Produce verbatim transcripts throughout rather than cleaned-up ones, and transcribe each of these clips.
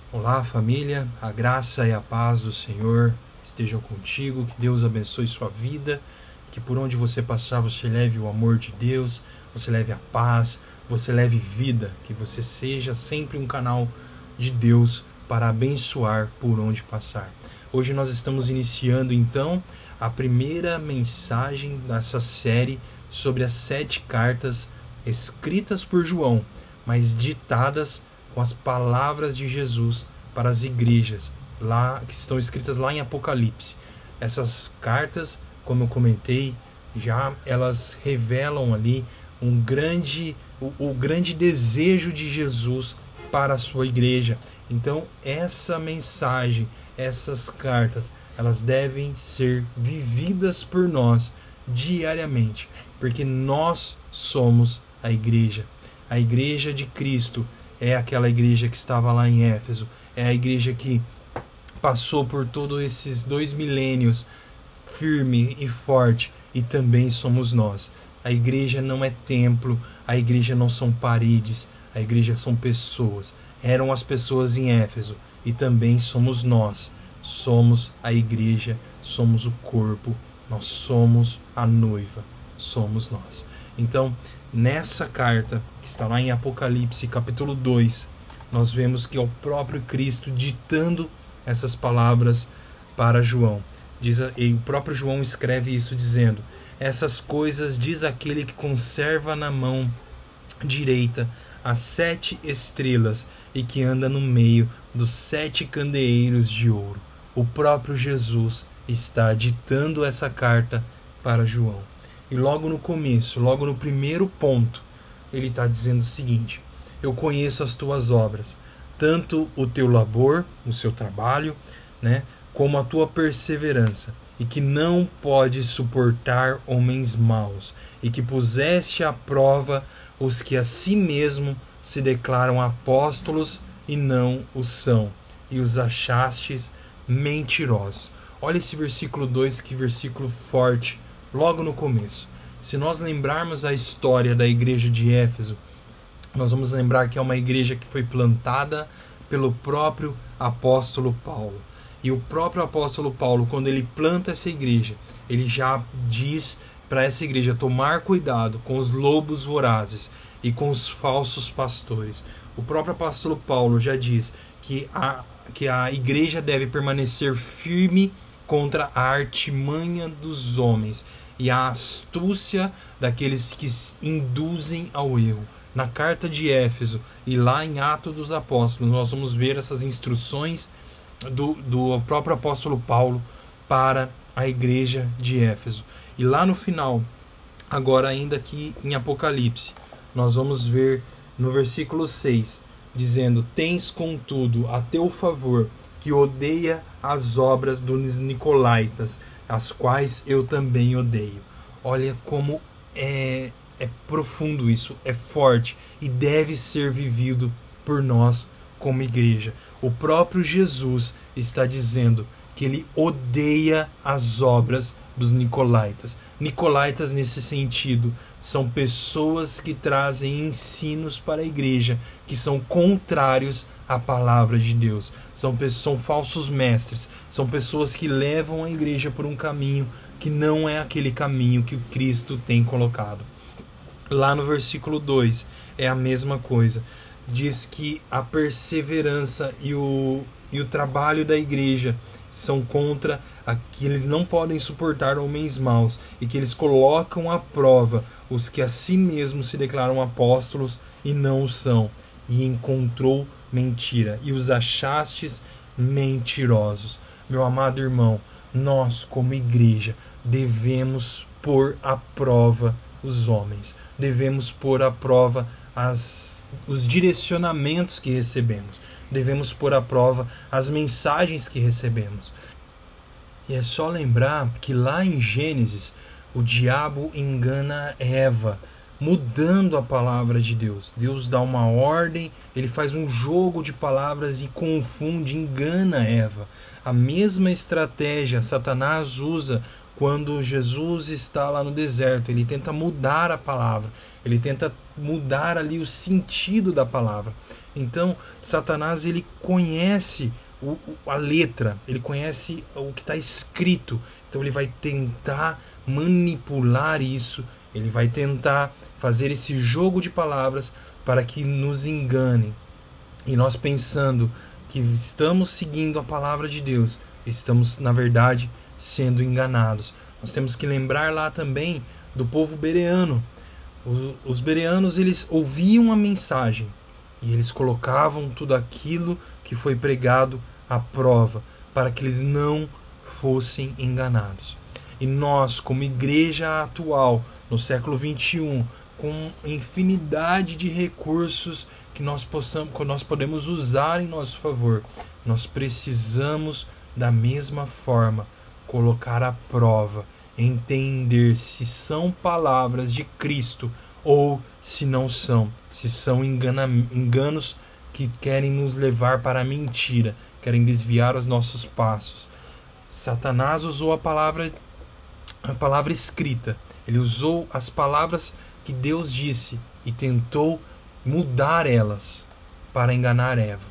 Olá, família, a graça e a paz do Senhor estejam contigo, que Deus abençoe sua vida, que por onde você passar você leve o amor de Deus, você leve a paz, você leve vida, que você seja sempre um canal de Deus para abençoar por onde passar. Hoje nós estamos iniciando então a primeira mensagem dessa série sobre as sete cartas escritas por João, mas ditadas com as palavras de Jesus para as igrejas, lá que estão escritas lá em Apocalipse. Essas cartas, como eu comentei, já elas revelam ali um grande, o, o grande desejo de Jesus para a sua igreja. Então, essa mensagem, essas cartas, elas devem ser vividas por nós diariamente, porque nós somos a igreja. A igreja de Cristo é aquela igreja que estava lá em Éfeso, é a igreja que passou por todos esses dois milênios firme e forte, e também somos nós. A igreja não é templo, a igreja não são paredes, a igreja são pessoas. Eram as pessoas em Éfeso e também somos nós. Somos a igreja, somos o corpo, nós somos a noiva, somos nós. Então, nessa carta, que está lá em Apocalipse, capítulo dois, nós vemos que é o próprio Cristo ditando essas palavras para João. Diz, e o próprio João escreve isso dizendo: essas coisas diz aquele que conserva na mão direita as sete estrelas e que anda no meio dos sete candeeiros de ouro. O próprio Jesus está ditando essa carta para João. E logo no começo, logo no primeiro ponto, ele está dizendo o seguinte: eu conheço as tuas obras, tanto o teu labor, o seu trabalho, né, como a tua perseverança, e que não podes suportar homens maus, e que puseste à prova os que a si mesmo se declaram apóstolos e não o são, e os achastes mentirosos. Olha esse versículo dois, que versículo forte, logo no começo. Se nós lembrarmos a história da igreja de Éfeso, nós vamos lembrar que é uma igreja que foi plantada pelo próprio apóstolo Paulo. E o próprio apóstolo Paulo, quando ele planta essa igreja, ele já diz para essa igreja tomar cuidado com os lobos vorazes e com os falsos pastores. O próprio apóstolo Paulo já diz que a, que a igreja deve permanecer firme contra a artimanha dos homens e a astúcia daqueles que induzem ao erro. Na carta de Éfeso e lá em Atos dos Apóstolos, nós vamos ver essas instruções do, do próprio apóstolo Paulo para a igreja de Éfeso. E lá no final, agora ainda aqui em Apocalipse, nós vamos ver no versículo seis, dizendo: tens contudo a teu favor que odeia as obras dos nicolaítas, as quais eu também odeio. Olha como é, é profundo isso, é forte e deve ser vivido por nós como igreja. O próprio Jesus está dizendo que ele odeia as obras dos nicolaítas. Nicolaítas, nesse sentido, são pessoas que trazem ensinos para a igreja que são contrários à palavra de Deus. São, são falsos mestres, são pessoas que levam a igreja por um caminho que não é aquele caminho que o Cristo tem colocado. Lá no versículo dois é a mesma coisa. Diz que a perseverança e o, e o trabalho da igreja são contra a, que eles não podem suportar homens maus e que eles colocam à prova os que a si mesmos se declaram apóstolos e não o são, e encontrou mentira, e os achastes mentirosos. Meu amado irmão, nós como igreja devemos pôr à prova os homens, devemos pôr à prova as, os direcionamentos que recebemos, devemos pôr à prova as mensagens que recebemos. E é só lembrar que lá em Gênesis, o diabo engana Eva, mudando a palavra de Deus. Deus dá uma ordem, ele faz um jogo de palavras e confunde, engana Eva. A mesma estratégia Satanás usa quando Jesus está lá no deserto, ele tenta mudar a palavra, ele tenta mudar ali o sentido da palavra. Então, Satanás, ele conhece o, a letra, ele conhece o que está escrito, então ele vai tentar manipular isso, ele vai tentar fazer esse jogo de palavras para que nos enganem. E nós pensando que estamos seguindo a palavra de Deus, estamos, na verdade, sendo enganados. Nós temos que lembrar lá também do povo bereano. Os bereanos, eles ouviam a mensagem e eles colocavam tudo aquilo que foi pregado à prova, para que eles não fossem enganados. E nós, como igreja atual, no século vinte e um, com infinidade de recursos que nós, possamos, que nós podemos usar em nosso favor, nós precisamos, da mesma forma, colocar à prova, entender se são palavras de Cristo ou se não são, se são engana, enganos que querem nos levar para a mentira, querem desviar os nossos passos. Satanás usou a palavra, a palavra escrita, ele usou as palavras que Deus disse e tentou mudar elas para enganar Eva,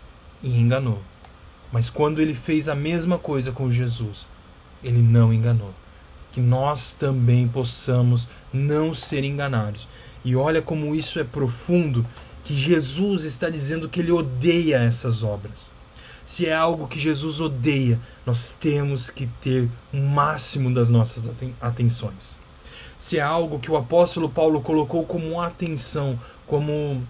e enganou. Mas quando ele fez a mesma coisa com Jesus, ele não enganou. Que nós também possamos não ser enganados. E olha como isso é profundo, que Jesus está dizendo que ele odeia essas obras. Se é algo que Jesus odeia, nós temos que ter o máximo das nossas atenções. Se é algo que o apóstolo Paulo colocou como atenção, como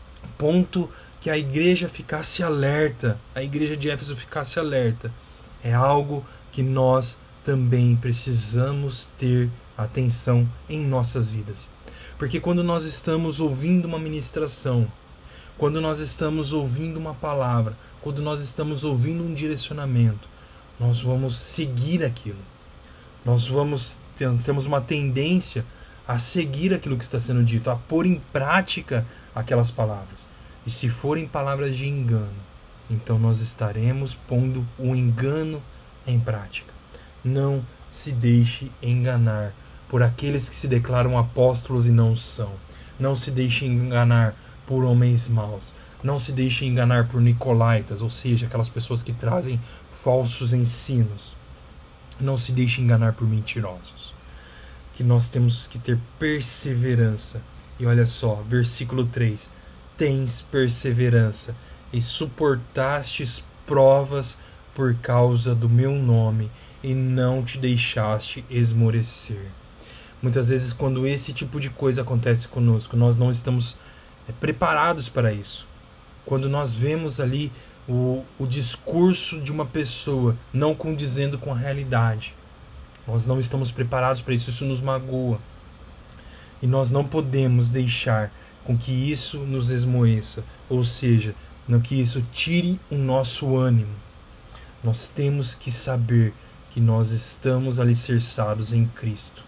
ponto que a igreja ficasse alerta, a igreja de Éfeso ficasse alerta, é algo que nós também precisamos ter atenção em nossas vidas. Porque quando nós estamos ouvindo uma ministração, quando nós estamos ouvindo uma palavra, quando nós estamos ouvindo um direcionamento, nós vamos seguir aquilo. Nós vamos temos uma tendência a seguir aquilo que está sendo dito, a pôr em prática aquelas palavras. E se forem palavras de engano, então nós estaremos pondo o engano em prática. Não se deixe enganar por aqueles que se declaram apóstolos e não são. Não se deixe enganar por homens maus. Não se deixe enganar por nicolaítas, ou seja, aquelas pessoas que trazem falsos ensinos. Não se deixe enganar por mentirosos. Que nós temos que ter perseverança. E olha só, versículo três. Tens perseverança e suportastes provas por causa do meu nome e não te deixaste esmorecer. Muitas vezes, quando esse tipo de coisa acontece conosco, nós não estamos preparados para isso. Quando nós vemos ali o, o discurso de uma pessoa não condizendo com a realidade, nós não estamos preparados para isso, isso nos magoa. E nós não podemos deixar com que isso nos esmoeça, ou seja, no que isso tire o nosso ânimo. Nós temos que saber que nós estamos alicerçados em Cristo.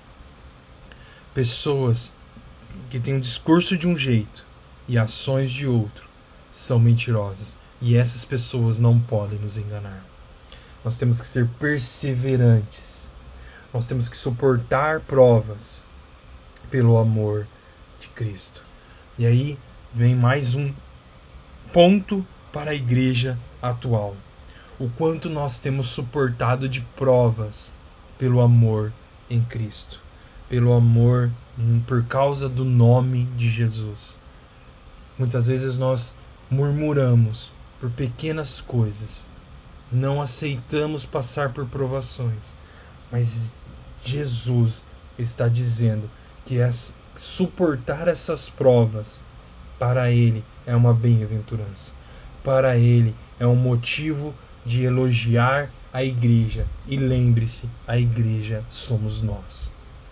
Pessoas que têm um discurso de um jeito e ações de outro são mentirosas, e essas pessoas não podem nos enganar. Nós temos que ser perseverantes, nós temos que suportar provas pelo amor de Cristo. E aí vem mais um ponto para a igreja atual. O quanto nós temos suportado de provas pelo amor em Cristo. Pelo amor por causa do nome de Jesus. Muitas vezes nós murmuramos por pequenas coisas. Não aceitamos passar por provações. Mas Jesus está dizendo que é suportar essas provas, para Ele é uma bem-aventurança. Para Ele é um motivo de elogiar a igreja. E lembre-se, a igreja somos nós.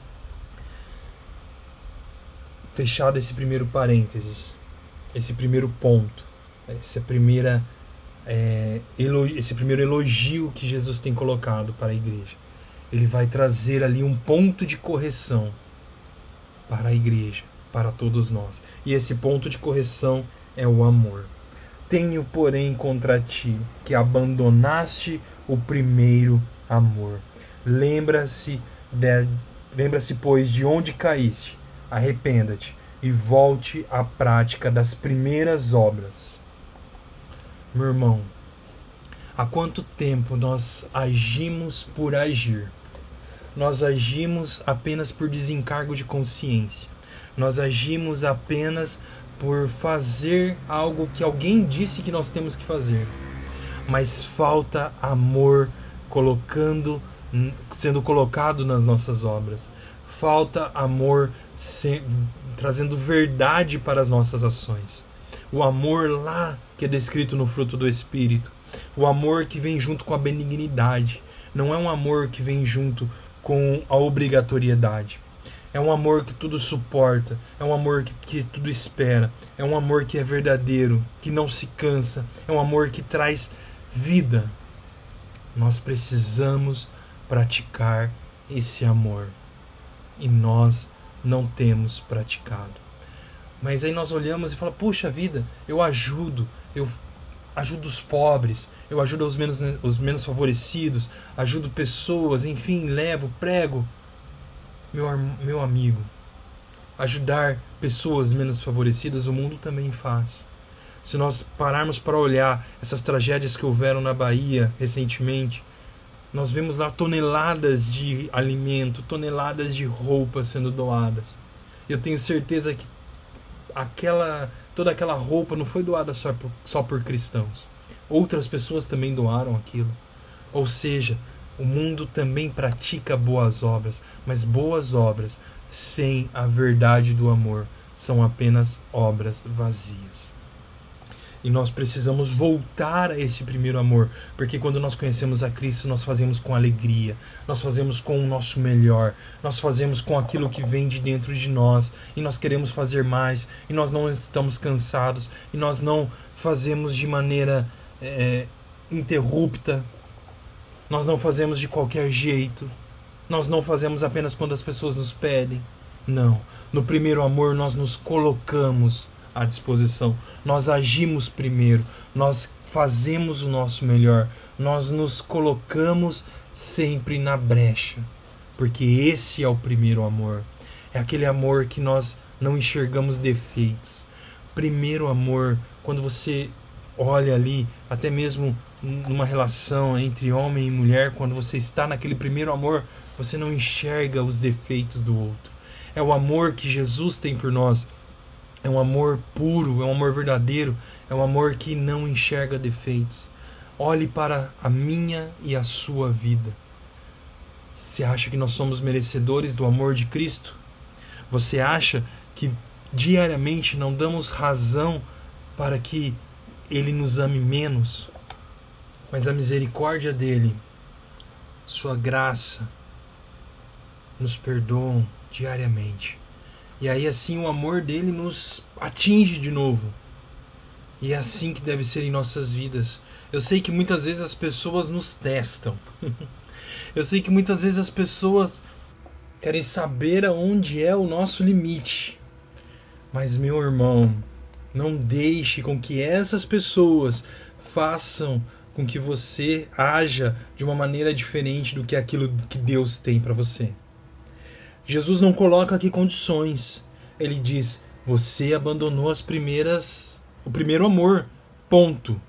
Fechado esse primeiro parênteses, esse primeiro ponto, essa primeira, é, elogio, esse primeiro elogio que Jesus tem colocado para a igreja, Ele vai trazer ali um ponto de correção para a igreja, para todos nós. E esse ponto de correção é o amor. Tenho, porém, contra ti que abandonaste o primeiro amor. Lembra-se, de, lembra-se, pois, de onde caíste, arrependa-te e volte à prática das primeiras obras. Meu irmão, há quanto tempo nós agimos por agir? Nós agimos apenas por desencargo de consciência. Nós agimos apenas por fazer algo que alguém disse que nós temos que fazer. Mas falta amor colocando, sendo colocado nas nossas obras. Falta amor se, trazendo verdade para as nossas ações. O amor lá que é descrito no fruto do Espírito. O amor que vem junto com a benignidade. Não é um amor que vem junto com a obrigatoriedade. É um amor que tudo suporta. É um amor que, que tudo espera. É um amor que é verdadeiro, que não se cansa. É um amor que traz vida. Nós precisamos praticar esse amor. E nós não temos praticado. Mas aí nós olhamos e falamos, puxa vida, eu ajudo, eu ajudo os pobres, eu ajudo os menos, os menos favorecidos, ajudo pessoas, enfim, levo, prego. Meu, meu amigo, ajudar pessoas menos favorecidas, o mundo também faz. Se nós pararmos para olhar essas tragédias que houveram na Bahia recentemente, nós vemos lá toneladas de alimento, toneladas de roupas sendo doadas. Eu tenho certeza que aquela, toda aquela roupa não foi doada só por, só por cristãos. Outras pessoas também doaram aquilo. Ou seja, o mundo também pratica boas obras, mas boas obras sem a verdade do amor são apenas obras vazias. E nós precisamos voltar a esse primeiro amor, porque quando nós conhecemos a Cristo, nós fazemos com alegria, nós fazemos com o nosso melhor, nós fazemos com aquilo que vem de dentro de nós, e nós queremos fazer mais, e nós não estamos cansados, e nós não fazemos de maneira é, interrupta, nós não fazemos de qualquer jeito, nós não fazemos apenas quando as pessoas nos pedem. Não, no primeiro amor nós nos colocamos à disposição, nós agimos primeiro, nós fazemos o nosso melhor, nós nos colocamos sempre na brecha, porque esse é o primeiro amor, é aquele amor que nós não enxergamos defeitos. Primeiro amor, quando você olha ali, até mesmo numa relação entre homem e mulher, quando você está naquele primeiro amor, você não enxerga os defeitos do outro. É o amor que Jesus tem por nós. É um amor puro, é um amor verdadeiro, é um amor que não enxerga defeitos. Olhe para a minha e a sua vida. Você acha que nós somos merecedores do amor de Cristo? Você acha que diariamente não damos razão para que Ele nos ame menos? Mas a misericórdia dEle, sua graça, nos perdoam diariamente. E aí assim o amor dele nos atinge de novo. E é assim que deve ser em nossas vidas. Eu sei que muitas vezes as pessoas nos testam. Eu sei que muitas vezes as pessoas querem saber aonde é o nosso limite. Mas, meu irmão, não deixe com que essas pessoas façam com que você haja de uma maneira diferente do que aquilo que Deus tem para você. Jesus não coloca aqui condições. Ele diz, você abandonou as primeiras, o primeiro amor, ponto.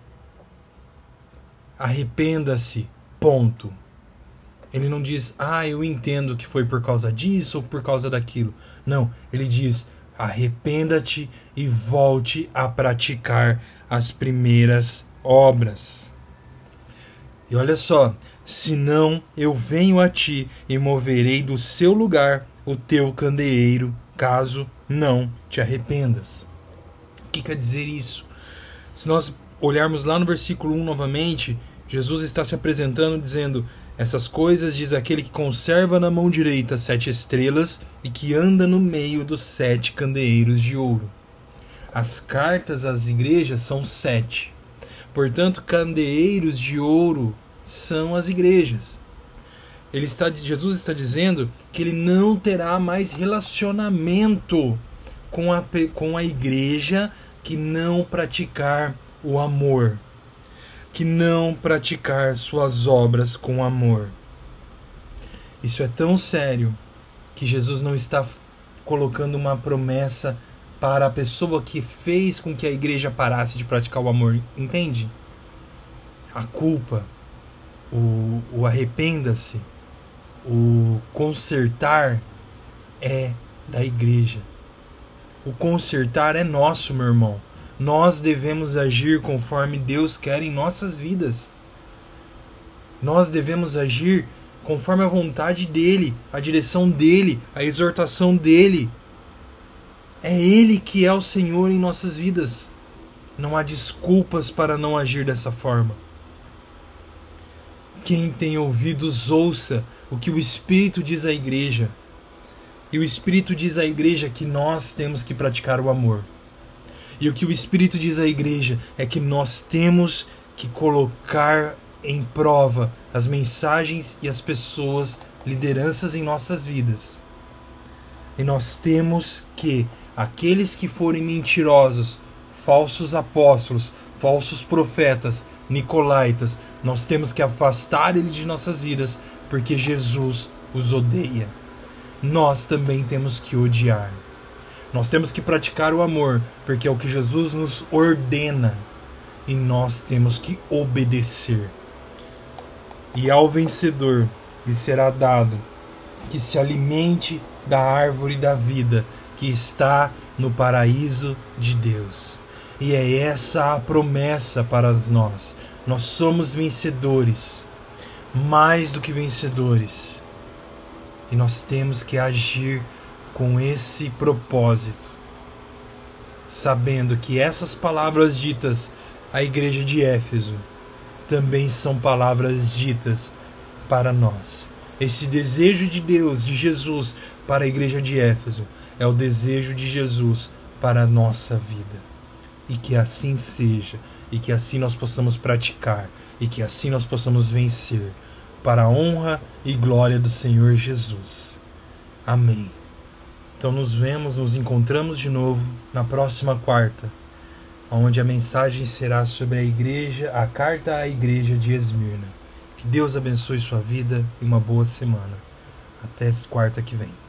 Arrependa-se, ponto. Ele não diz, ah, eu entendo que foi por causa disso ou por causa daquilo. Não, ele diz, arrependa-te e volte a praticar as primeiras obras. E olha só, senão eu venho a ti e moverei do seu lugar o teu candeeiro, caso não te arrependas. O que quer dizer isso? Se nós olharmos lá no versículo um novamente, Jesus está se apresentando dizendo, essas coisas diz aquele que conserva na mão direita sete estrelas e que anda no meio dos sete candeeiros de ouro. As cartas às igrejas são sete. Portanto, candeeiros de ouro são as igrejas. Ele está, Jesus está dizendo que ele não terá mais relacionamento com a, com a igreja que não praticar o amor, que não praticar suas obras com amor. Isso é tão sério que Jesus não está colocando uma promessa para a pessoa que fez com que a igreja parasse de praticar o amor, entende? A culpa, o, o arrependa-se, o consertar é da igreja. O consertar é nosso, meu irmão. Nós devemos agir conforme Deus quer em nossas vidas. Nós devemos agir conforme a vontade dele, a direção dele, a exortação dele. É ele que é o Senhor em nossas vidas. Não há desculpas para não agir dessa forma. Quem tem ouvidos, ouça o que o Espírito diz à igreja. E o Espírito diz à igreja que nós temos que praticar o amor. E o que o Espírito diz à igreja é que nós temos que colocar em prova as mensagens e as pessoas, lideranças em nossas vidas. E nós temos que, aqueles que forem mentirosos, falsos apóstolos, falsos profetas, nicolaítas, nós temos que afastar eles de nossas vidas, porque Jesus os odeia. Nós também temos que odiar. Nós temos que praticar o amor, porque é o que Jesus nos ordena, e nós temos que obedecer. E ao vencedor lhe será dado que se alimente da árvore da vida que está no paraíso de Deus. E é essa a promessa para nós. Nós somos vencedores, mais do que vencedores. E nós temos que agir com esse propósito, sabendo que essas palavras ditas à igreja de Éfeso também são palavras ditas para nós. Esse desejo de Deus, de Jesus, para a igreja de Éfeso é o desejo de Jesus para a nossa vida. E que assim seja, e que assim nós possamos praticar, e que assim nós possamos vencer, para a honra e glória do Senhor Jesus. Amém. Então nos vemos, nos encontramos de novo na próxima quarta, onde a mensagem será sobre a igreja, a carta à igreja de Esmirna. Que Deus abençoe sua vida e uma boa semana. Até quarta que vem.